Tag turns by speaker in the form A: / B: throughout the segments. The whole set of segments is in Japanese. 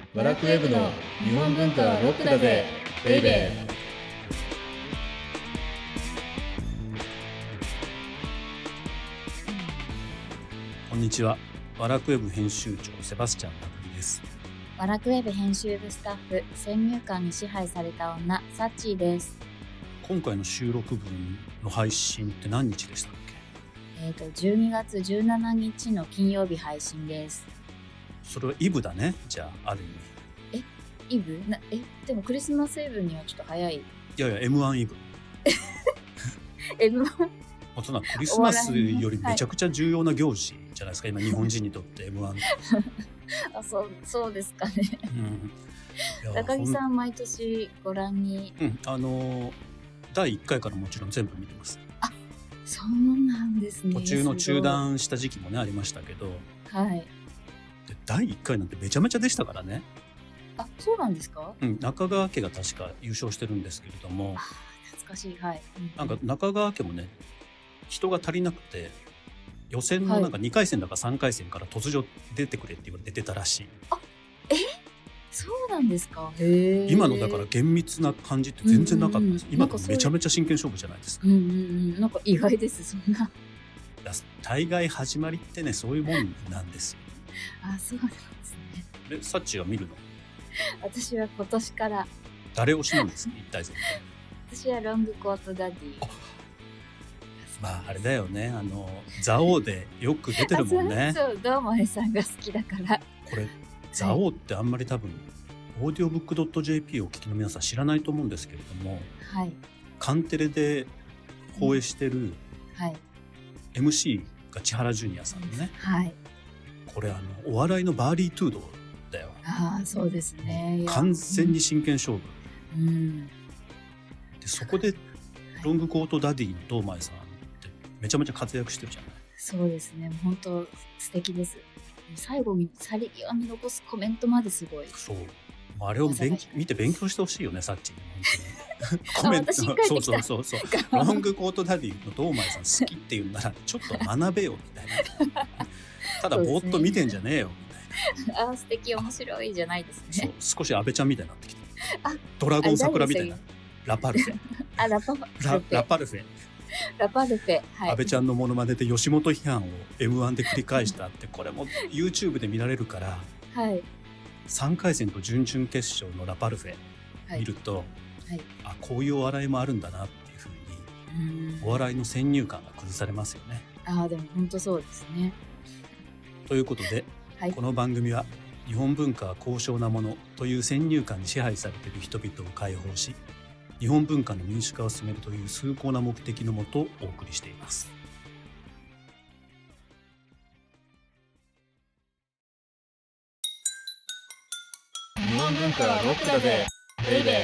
A: ワラクウェブの日本文化はロックだぜベイベー。
B: こんにちは。ワラクウェブ編集長セバスチャンナグリです。
C: ワラクウェブ編集部スタッフ、先入観に支配された女、サッチーです。
B: 今回の収録分の配信って何日でしたっけ
C: ？12月17日の金曜日配信です。
B: それはイブだね。じゃあある
C: 意味。イブ？でもクリスマスイブにはちょっと早い。
B: いや M1 イブ。
C: M1？
B: そんなクリスマスよりめちゃくちゃ重要な行事じゃないですか、今日本人にとって M1
C: あ、そうですかね、高木さん毎年ご覧に、
B: 第1回からもちろん全部見てます。
C: あ、そうなんですね。
B: 途中の中断した時期もねありましたけど、
C: はい。
B: で第1回なんてめちゃめちゃでしたからね。
C: あ、そうなんですか？
B: 中川家が確か優勝してるんですけれども、
C: 懐かしい。はい、
B: なんか中川家もね人が足りなくて予選のなんか2回戦だか3回戦から突如出てくれって言われて出たらしい。
C: そうなんですか？
B: 今のだから厳密な感じって全然なかったです。今のめちゃめちゃ真剣勝負じゃないですか。
C: なんか意外です。そんな
B: 大概始まりってねそういうもんなんですよ。
C: あ、そうなんですね。
B: でサッチは見るの？
C: 私は今年から。
B: 誰推しなんですか？一体全体。
C: 私はロングコートダディ。
B: まああれだよね、ザオでよく出てるもんね。
C: そう、堂前さんが好きだから。
B: これザオってあんまり多分、オーディオブック .jp をお聞きの皆さん知らないと思うんですけれども、
C: はい、
B: カンテレで放映してる、MC が千原ジュニアさんのね、これお笑いのバーリートゥードだよ。
C: ああ、そうですね。
B: 完全に真剣勝負、でそこでロングコートダディの堂前さんってめちゃめちゃ活躍してるじゃない。
C: そうですね、本当素敵です。最後に去り際に残すコメントまですごい。
B: そう、あれを見て勉強してほしいよね、サッチに。コメントそうロングコートダディの堂前さん好きっていうならちょっと学べよみたいなただぼーっと見てんじゃねえよみたいな。
C: 素敵、面白いじゃないですね。
B: そう少し安倍ちゃんみたいになってきて、ドラゴン桜みたいなラパルフェラパルフェ、
C: 安
B: 倍ちゃんのモノマネで吉本批判を M1 で繰り返したって、これも YouTube で見られるから、3回戦と準々決勝のラパルフェ見ると、あ、こういうお笑いもあるんだなっていうふうにお笑いの先入観が崩されますよね。
C: でも本当そうですね。
B: ということで、この番組は日本文化は高尚なものという先入観に支配されている人々を解放し、日本文化の民主化を進めるという崇高な目的のもとお送りしています。
A: 日本文化はロックだぜベイベー。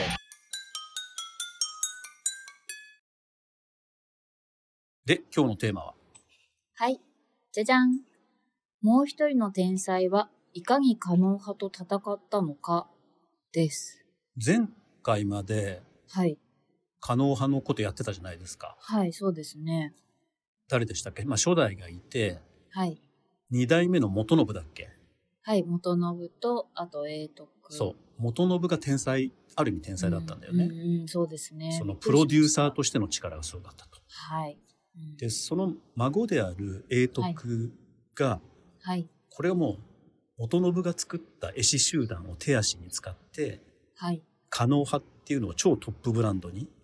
B: で、今日のテーマは、
C: じゃじゃん。もう一人の天才はいかに可能派と戦ったのかです。
B: 前回まで可能派のことやってたじゃないですか。
C: そうですね。
B: 誰でしたっけ？初代がいて、2代目の元信だっけ？
C: 元信と、あと永徳。
B: そう、元信が天才、ある意味天才だったんだよね。
C: そうですね。
B: そのプロデューサーとしての力がすごかったと。で、その孫である永徳が、これはもう元信が作った絵師集団を手足に使って、可能派っていうのを超トップブランドに、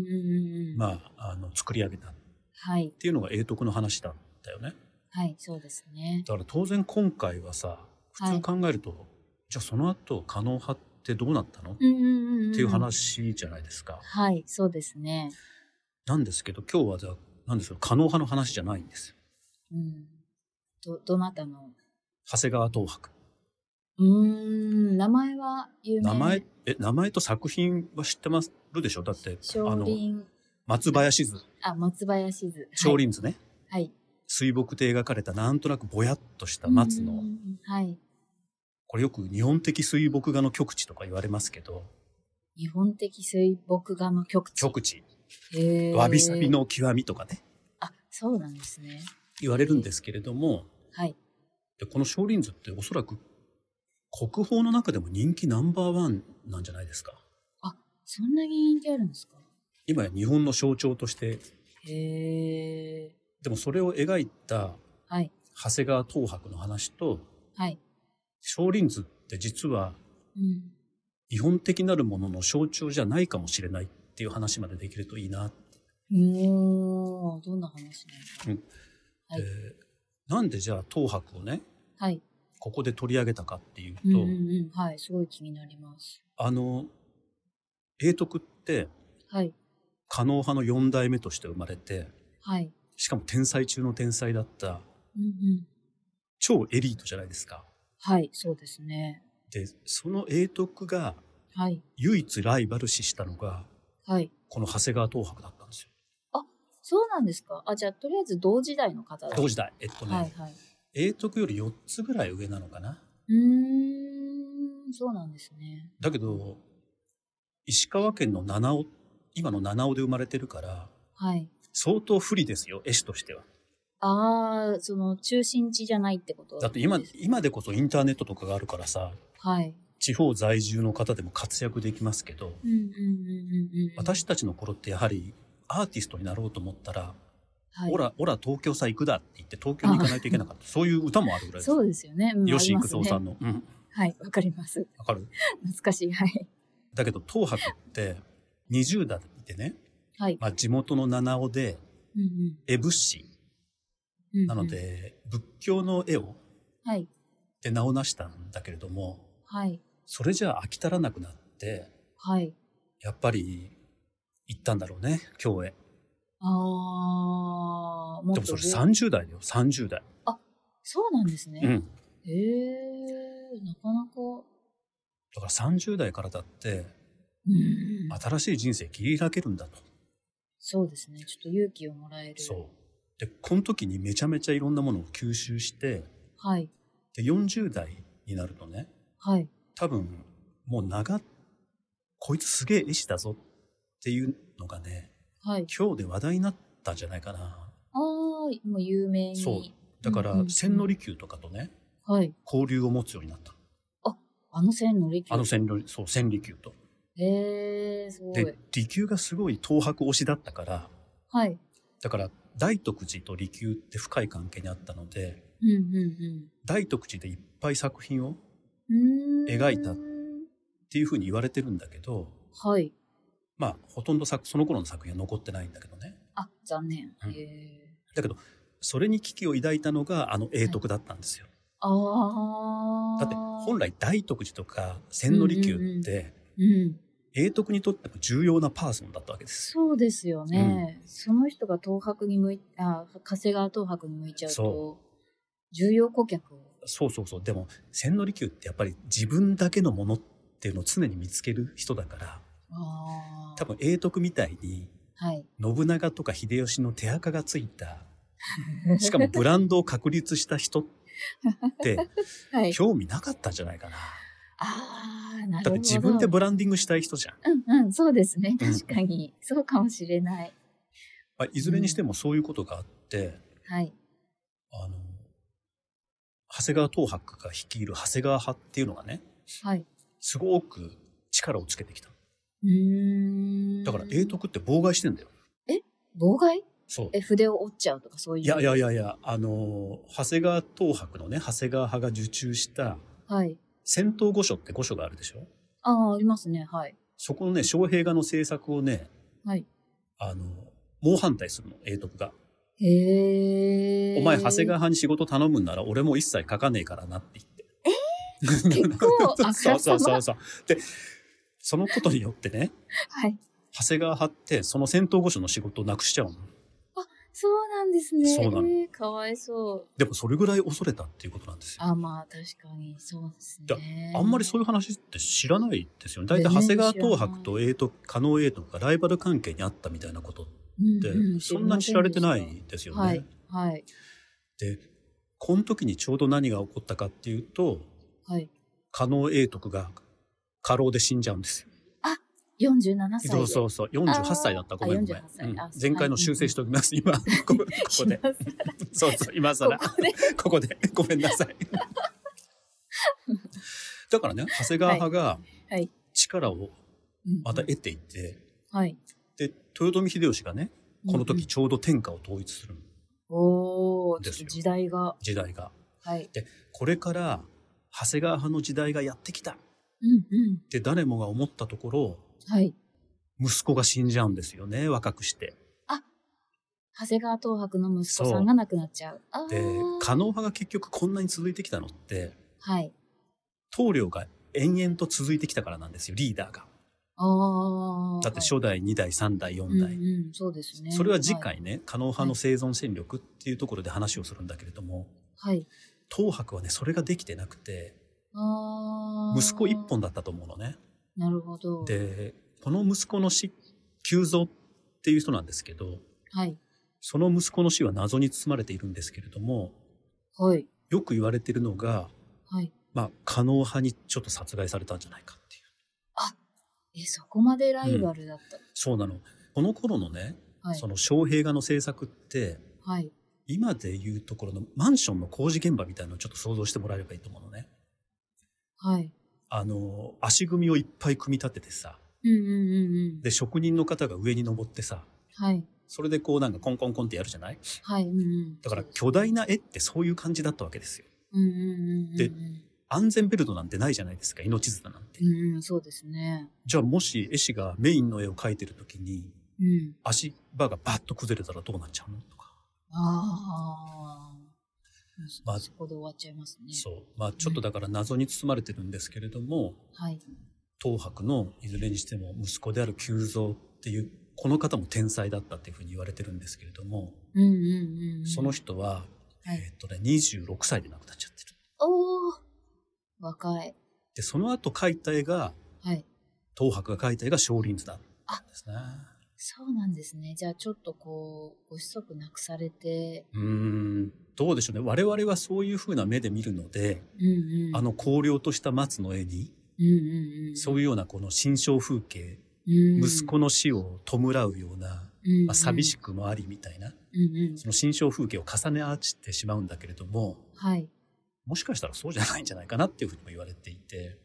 B: 作り上げたっていうのが永徳の話だったよね。
C: そうですね。
B: だから当然今回はさ、普通考えると、じゃあその後可能派ってどうなったのっていう話じゃないですか。
C: そうですね。
B: なんですけど今日はじゃあ何ですか、可能派の話じゃないんですよ。
C: どなたの？
B: 長谷川東博。
C: 名前は有名。
B: 名前と作品は知ってますでしょ？だって
C: 松林、
B: 松林図。
C: 松林図。
B: 少林図ね。水墨で描かれたなんとなくぼやっとした松の。これよく日本的水墨画の極致とか言われますけど。
C: 日本的水墨画の極致。
B: わびさびの極みとかね。
C: そうなんですね。
B: 言われるんですけれども。でこの少林図っておそらく国宝の中でも人気ナンバーワンなんじゃないですか。
C: あ、そんなに人気あるんですか。
B: 今や日本の象徴として。
C: へー。
B: でもそれを描いた
C: はい、
B: 長谷川等伯の話と、
C: はい、
B: 少林図って実は日本的なるものの象徴じゃないかもしれないっていう話までできるといいなって。
C: どんな話なんですか。
B: はい、なんでじゃあ等伯をね、はい、ここで取り上げたかっていうと、
C: はい、すごい気になります。
B: 永徳って、はい、狩野派の4代目として生まれて、はい、しかも天才中の天才だった、超エリートじゃないですか。
C: はい、そうですね。
B: で、その永徳が唯一ライバル視したのが、はい、この長谷川等伯だったんですよ。
C: あ、そうなんですか。じゃあとりあえず同時代の方だ。
B: 同時代。はいはい、永徳より4つぐらい上なのかな。
C: そうなんですね。
B: だけど石川県の七尾、今の七尾で生まれてるから、はい、相当不利ですよ、絵師としては。
C: その中心地じゃないってこと
B: だって今でこそインターネットとかがあるからさ、はい、地方在住の方でも活躍できますけど、私たちの頃ってやはりアーティストになろうと思ったら、はい、オラ東京さ行くだって言って東京に行かないといけなかった。そういう歌もあるぐらいです。
C: そうですよね。
B: 吉幾三さんの、
C: はい、わかります。
B: わかる？
C: 懐かしい。はい。
B: だけど等伯って20代でね、はい、地元の七尾で絵仏師、なので仏教の絵をで名を成したんだけれども、はい、それじゃあ飽き足らなくなって、はい、やっぱり行ったんだろうね、京へ。でもそれ30代だよ、30代。
C: あ、そうなんですね。なかなか。
B: だから30代からだって、新しい人生切り開けるんだと。
C: そうですね。ちょっと勇気をもらえる。
B: そう。で、この時にめちゃめちゃいろんなものを吸収して、はい。で、40代になるとね、はい。多分、もうこいつすげえ絵師だぞっていうのがね、はい。今日で話題になったんじゃないかな。も
C: う有名に。
B: そう。だから、千利休とかとね、はい。交流を持つようになった。
C: 千利休。
B: 千利休と。
C: すごい。
B: で、利休がすごい東伯推しだったから、はい。だから、大徳寺と利休って深い関係にあったので、大徳寺でいっぱい作品を描いたっていうふうに言われてるんだけど、はい。ほとんどその頃の作品は残ってないんだけどね。
C: 残念。
B: だけど、それに危機を抱いたのが永徳だったんですよ。だって本来大徳寺とか千利休って、永徳にとっても重要なパーソンだったわけです。
C: そうですよね。その人が長谷川等伯に向いちゃうと重要顧客を。
B: そう。でも千利休ってやっぱり自分だけのものっていうのを常に見つける人だから、多分永徳みたいに、はい、信長とか秀吉の手垢がついたしかもブランドを確立した人って興味なかったんじゃないかな。
C: なるほど。
B: だって自分でブランディングしたい人じゃん。
C: そうですね。確かに、そうかもしれない。
B: いずれにしてもそういうことがあって、はい。長谷川等伯が率いる長谷川派っていうのがね、はい。すごく力をつけてきた。だから永徳って妨害してんだよ。
C: 妨害？
B: そう。
C: 筆を折っちゃうとかそういう。
B: いや、長谷川等伯のね、長谷川派が受注した、はい。戦闘御所って御所があるでしょ？
C: ありますね、はい。
B: そこのね、昌平画の制作をね、はい。猛反対するの、永徳が。お前、長谷川派に仕事頼むんなら、俺も一切書かねえからなって言って。
C: 結構、
B: そう。で、そのことによってね、はい。長谷川派って、その戦闘御所の仕事をなくしちゃうの。
C: そうなんですね。
B: そうなの。
C: かわいそう。
B: でもそれぐらい恐れたっていうことなんですよ。
C: 確かにそうですね。
B: あんまりそういう話って知らないですよね。だいたい長谷川等伯と狩野永徳がライバル関係にあったみたいなことって、そんなに知られてないですよね。はい。はい。で、この時にちょうど何が起こったかっていうと、はい。狩野永徳が過労で死んじゃうんですよ。
C: 47歳で。
B: そう。48歳だった。ごめん。前回の修正しておきます。今、ここで。そう、今更。ここで。ごめんなさい。だかだからね、長谷川派が
C: はい。
B: 力をまた得ていて、
C: はい。
B: で、豊臣秀吉がね、この時ちょうど天下を統一するん
C: おー、ちょっと
B: ですよ。
C: 時代が。
B: 時代が。
C: はい。
B: で、これから長谷川派の時代がやってきた
C: うんうん。
B: って誰もが思ったところ、
C: はい。
B: 息子が死んじゃうんですよね、若くして。
C: あ、長谷川東博の息子さんが亡くなっちゃう。
B: で、狩野派が結局こんなに続いてきたのって、
C: はい。
B: 棟梁が延々と続いてきたからなんですよ、リーダーが。だって初代、2代、3代、4代。
C: そうですね。
B: それは次回ね、狩野派の生存戦力っていうところで話をするんだけれども、はい。東博はね、それができてなくて、息子一本だったと思うのね。
C: なるほど。
B: で、この息子の死、久蔵っていう人なんですけど、はい。その息子の死は謎に包まれているんですけれども、はい。よく言われているのが、はい。まあ、狩野派にちょっと殺害されたんじゃないかっていう。
C: そこまでライバルだった。
B: そうなの。この頃のね、はい、その昌平画の制作って、はい、今でいうところのマンションの工事現場みたいなのをちょっと想像してもらえればいいと思うのね。はい。足組みをいっぱい組み立ててさ、で、職人の方が上に登ってさ、はい。それでこうなんかコンコンコンってやるじゃない？はい。だから巨大な絵ってそういう感じだったわけですよ。で、安全ベルトなんてないじゃないですか、命綱なんて。そうですね。じゃあもし絵師がメインの絵を描いてるときに、足場がバッと崩れたらどうなっちゃうのとか。まあ、そこで終わっちゃいますね。そう。まあちょっとだから謎に包まれてるんですけれども、はい。東博のいずれにしても息子である久蔵っていう、この方も天才だったっていうふうに言われてるんですけれども、その人は、はい、26歳で亡くなっちゃってる。おー。若い。で、その後描いた絵が、はい。東博が描いた絵が少林図だったんですね。そうなんですね。じゃあちょっとこう、ご子息なくされて。どうでしょうね。我々はそういう風な目で見るので、荒涼とした松の絵に、そういうようなこの心象風景、息子の死を弔うような、まあ、寂しくもありみたいな、その心象風景を重ね合わせてしまうんだけれども、はい。もしかしたらそうじゃないんじゃないかなっていうふうにも言われていて。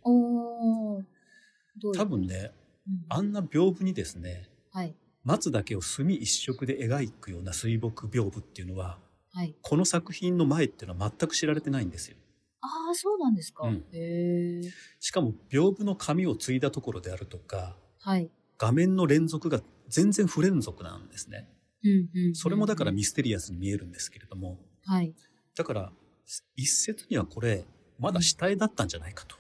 B: 多分ね、あんな屏風にですね、はい、松だけを墨一色で描くような水墨屏風っていうのは、はい、この作品の前っていうのは全く知られてないんですよ。ああ、そうなんですか。へー。しかも屏風の紙を継いだところであるとか、はい、画面の連続が全然不連続なんですね。それもだからミステリアスに見えるんですけれども、はい、だから一説にはこれまだ下絵だったんじゃないかと。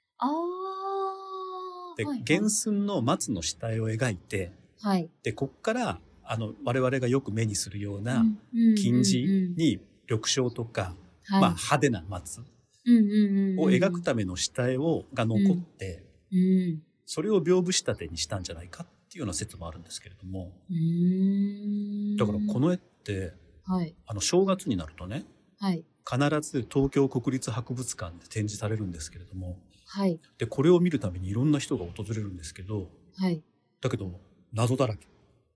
B: で、はいはい、原寸の松の下絵を描いて、はい、でこっから我々がよく目にするような金地に緑青とか、まあ、派手な松を描くための下絵が残って、それを屏風仕立てにしたんじゃないかっていうような説もあるんですけれども、だからこの絵って、はい、正月になるとね、はい、必ず東京国立博物館で展示されるんですけれども、はい、でこれを見るためにいろんな人が訪れるんですけど、はい、だけど謎だらけ。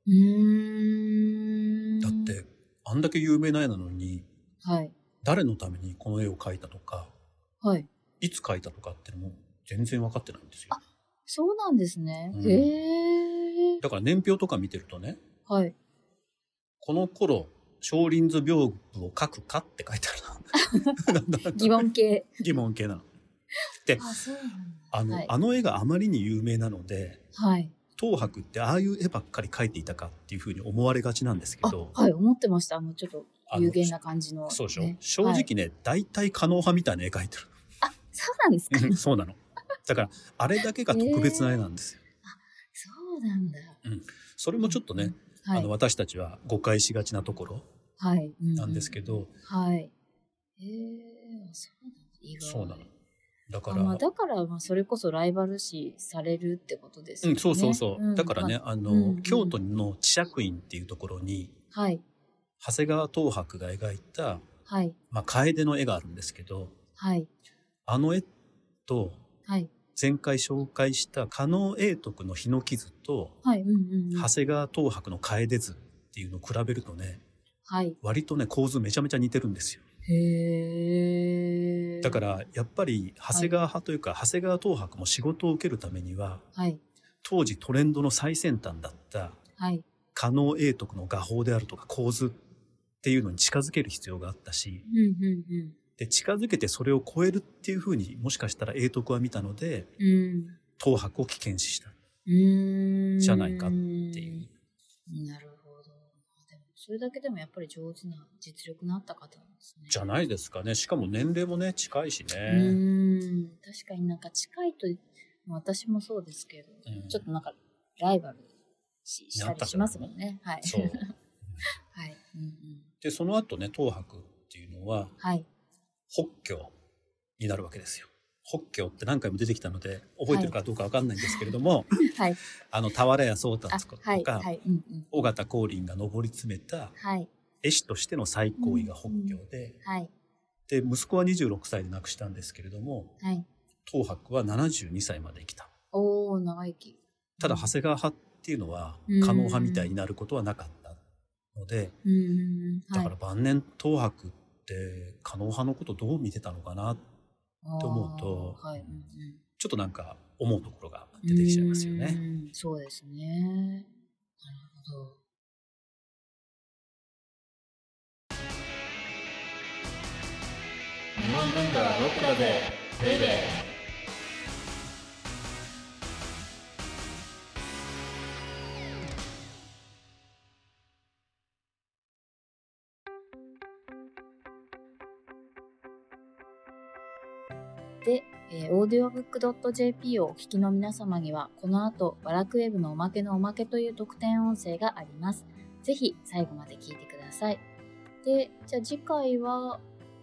B: だってあんだけ有名な絵なのに、はい、誰のためにこの絵を描いたとか、はい、いつ描いたとかってのも全然分かってないんですよ。あ、そうなんですね。へえ。だから年表とか見てるとね、はい、この頃少林図屏風を描くかって書いてある。疑問系。疑問系なの。で、あの絵があまりに有名なので、はい、東博ってああいう絵ばっかり描いていたかっていうふうに思われがちなんですけど、はい、思ってました。ちょっと有限な感じの、ね。そうでしょ。正直ね、大体狩野派みたいな絵描いてる。あ、そうなんですか。そうなの。だからあれだけが特別な絵なんですよ。あ、そうなんだ。それもちょっとね、はい、私たちは誤解しがちなところなんですけど、はい。そうなの。だからそれこそライバル視されるってことですよね。そうそうそう。だからね、京都の智釈院っていうところに、はい、長谷川東博が描いた、はい、まあ、楓の絵があるんですけど、はい、あの絵と、はい、前回紹介した狩野永徳の檜図と、はい、長谷川東博の楓図っていうのを比べるとね、はい、割とね構図めちゃめちゃ似てるんですよ。へー。 だからやっぱり長谷川派というか、長谷川東博も仕事を受けるためには、当時トレンドの最先端だった狩野永徳の画法であるとか構図っていうのに近づける必要があったし、で近づけてそれを超えるっていうふうにもしかしたら永徳は見たので、東博を危険視したじゃないかっていう。
C: なるほど。でもそれだけでもやっぱり上手な実力のあった方なんですね。
B: じゃないですかね。しかも年齢もね近いしね。
C: 確かになんか近いと、私もそうですけど、ちょっとなんかライバルしたりしますもんね。そう。
B: でその後ね、東博っていうのは、法教になるわけですよ。法教って何回も出てきたので覚えてるかどうか分かんないんですけれども、俵屋宗達とか尾形光琳が上り詰めた絵師としての最高位が法教で、で息子は26歳で亡くしたんですけれども、東博は72歳まで生きた。
C: 長生き。
B: ただ長谷川派っていうのは狩野派みたいになることはなかったので、だから晩年東博って狩野派のことどう見てたのかなと思うと、ちょっとなんか思うところが出てきちゃいますよね。
C: そうですね。なるほど。
A: 日本文化はロックだぜベイベー。
C: で、audiobook.jp をお聞きの皆様にはこの後ワラクウェブのおまけのおまけという特典音声があります。ぜひ最後まで聞いてください。で、じゃあ次回は、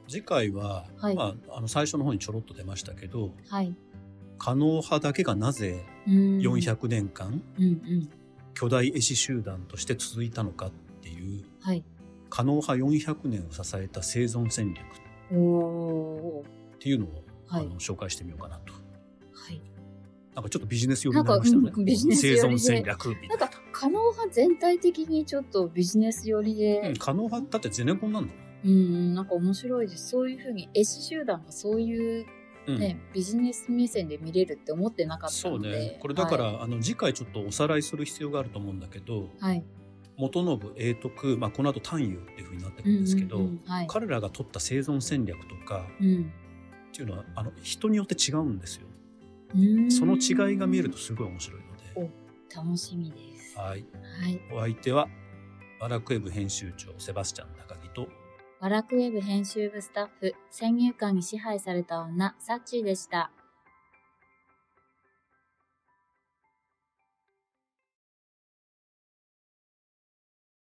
B: 最初の方にちょろっと出ましたけど、狩野派だけがなぜ400年間巨大絵師集団として続いたのかっていう、狩野派400年を支えた生存戦略っていうのを紹介してみようかなと。なんかちょっとビジネス寄りになりましたね。生存戦略みたいな。
C: なんか狩野派全体的にちょっとビジネス寄りで。
B: 狩野派だってゼネコンなんだ。
C: なんか面白いです。そういうふうに絵師集団がそういうビジネス目線で見れるって思ってなかったので。そうね。
B: これだから、次回ちょっとおさらいする必要があると思うんだけど、元信、永徳、この後探幽っていうふうになってくるんですけど、彼らが取った生存戦略とかっていうのは人によって違うんですよ。その違いが見えるとすごい面白いので。
C: 楽しみです。
B: お相手はワラクウェブ編集長セバスチャン高木と
C: ワラクウェブ編集部スタッフ、先入観に支配された女サッチーでした。